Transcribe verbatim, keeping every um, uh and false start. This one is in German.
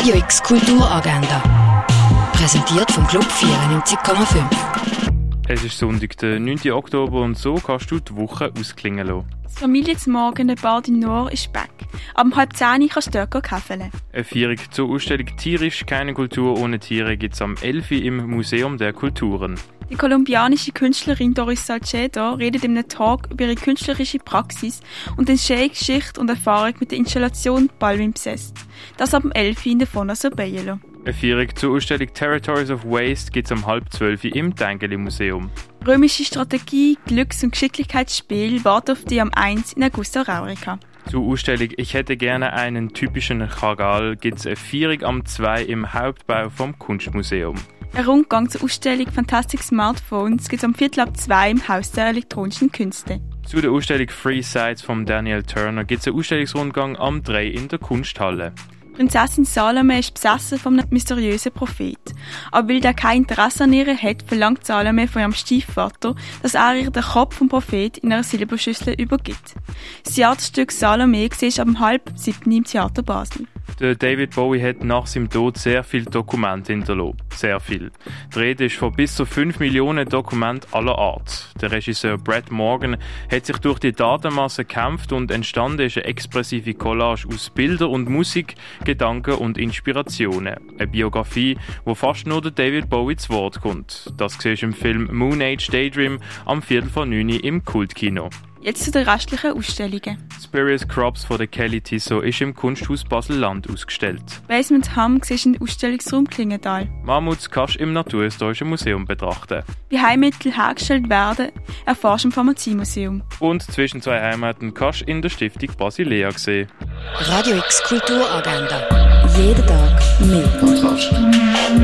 Radio X Kulturagenda. Präsentiert vom Club vierundneunzig Komma fünf. Es ist Sonntag, der neunten Oktober, und so kannst du die Woche ausklingen lassen. Das Familienzmorgen in Bar du Nord ist back. Ab halb zehn kannst du dort käfeln. Eine Feierung zur Ausstellung «Tierisch, keine Kultur ohne Tiere» gibt es am elf Uhr im Museum der Kulturen. Die kolumbianische Künstlerin Doris Salcedo redet in einem Talk über ihre künstlerische Praxis und die Geschichte und Erfahrung mit der Installation Palimpsest. Das ab dem elf Uhr in der Fona Sorbello. Eine Feierung zur Ausstellung «Territories of Waste» gibt es am halb zwölf Uhr im Tengeli-Museum. Römische Strategie, Glücks- und Geschicklichkeitsspiel warten auf dich am eins in Augusta Raurica. Zur Ausstellung «Ich hätte gerne einen typischen Chagall» gibt es eine Feierung am zwei im Hauptbau vom Kunstmuseum. Ein Rundgang zur Ausstellung «Fantastic Smartphones» gibt es am Viertel ab zwei im Haus der elektronischen Künste. Zu der Ausstellung «Free Sites» von Daniel Turner gibt es einen Ausstellungsrundgang am drei in der Kunsthalle. Prinzessin Salome ist besessen von einem mysteriösen Prophet. Aber weil er kein Interesse an ihr hat, verlangt Salome von ihrem Stiefvater, dass er ihr den Kopf vom Prophet in einer Silberschüssel übergibt. Das Theaterstück «Salome» siehst du ab halb sieben im Theater Basel. Der David Bowie hat nach seinem Tod sehr viele Dokumente hinterlassen. Sehr viel. Die Rede ist von bis zu fünf Millionen Dokumenten aller Art. Der Regisseur Brad Morgan hat sich durch die Datenmasse gekämpft und entstanden ist eine expressive Collage aus Bildern und Musik, Gedanken und Inspirationen. Eine Biografie, wo fast nur der David Bowie zu Wort kommt. Das siehst du im Film Moon Age Daydream am Viertel vor neun im Kultkino. Jetzt zu den restlichen Ausstellungen. Spurious Crops von der Kelly Tissot ist im Kunsthaus Basel-Land ausgestellt. Basement Hamm siehst du im Ausstellungsraum Klingenthal. Mammuts kannst du im Naturhistorischen Museum betrachten. Wie Heilmittel hergestellt werden, erfährst du im Pharmaziemuseum. Und zwischen zwei Heimaten kannst du in der Stiftung Basilea sehen. Radio X Kulturagenda. Jeden Tag mehr. Kontrast.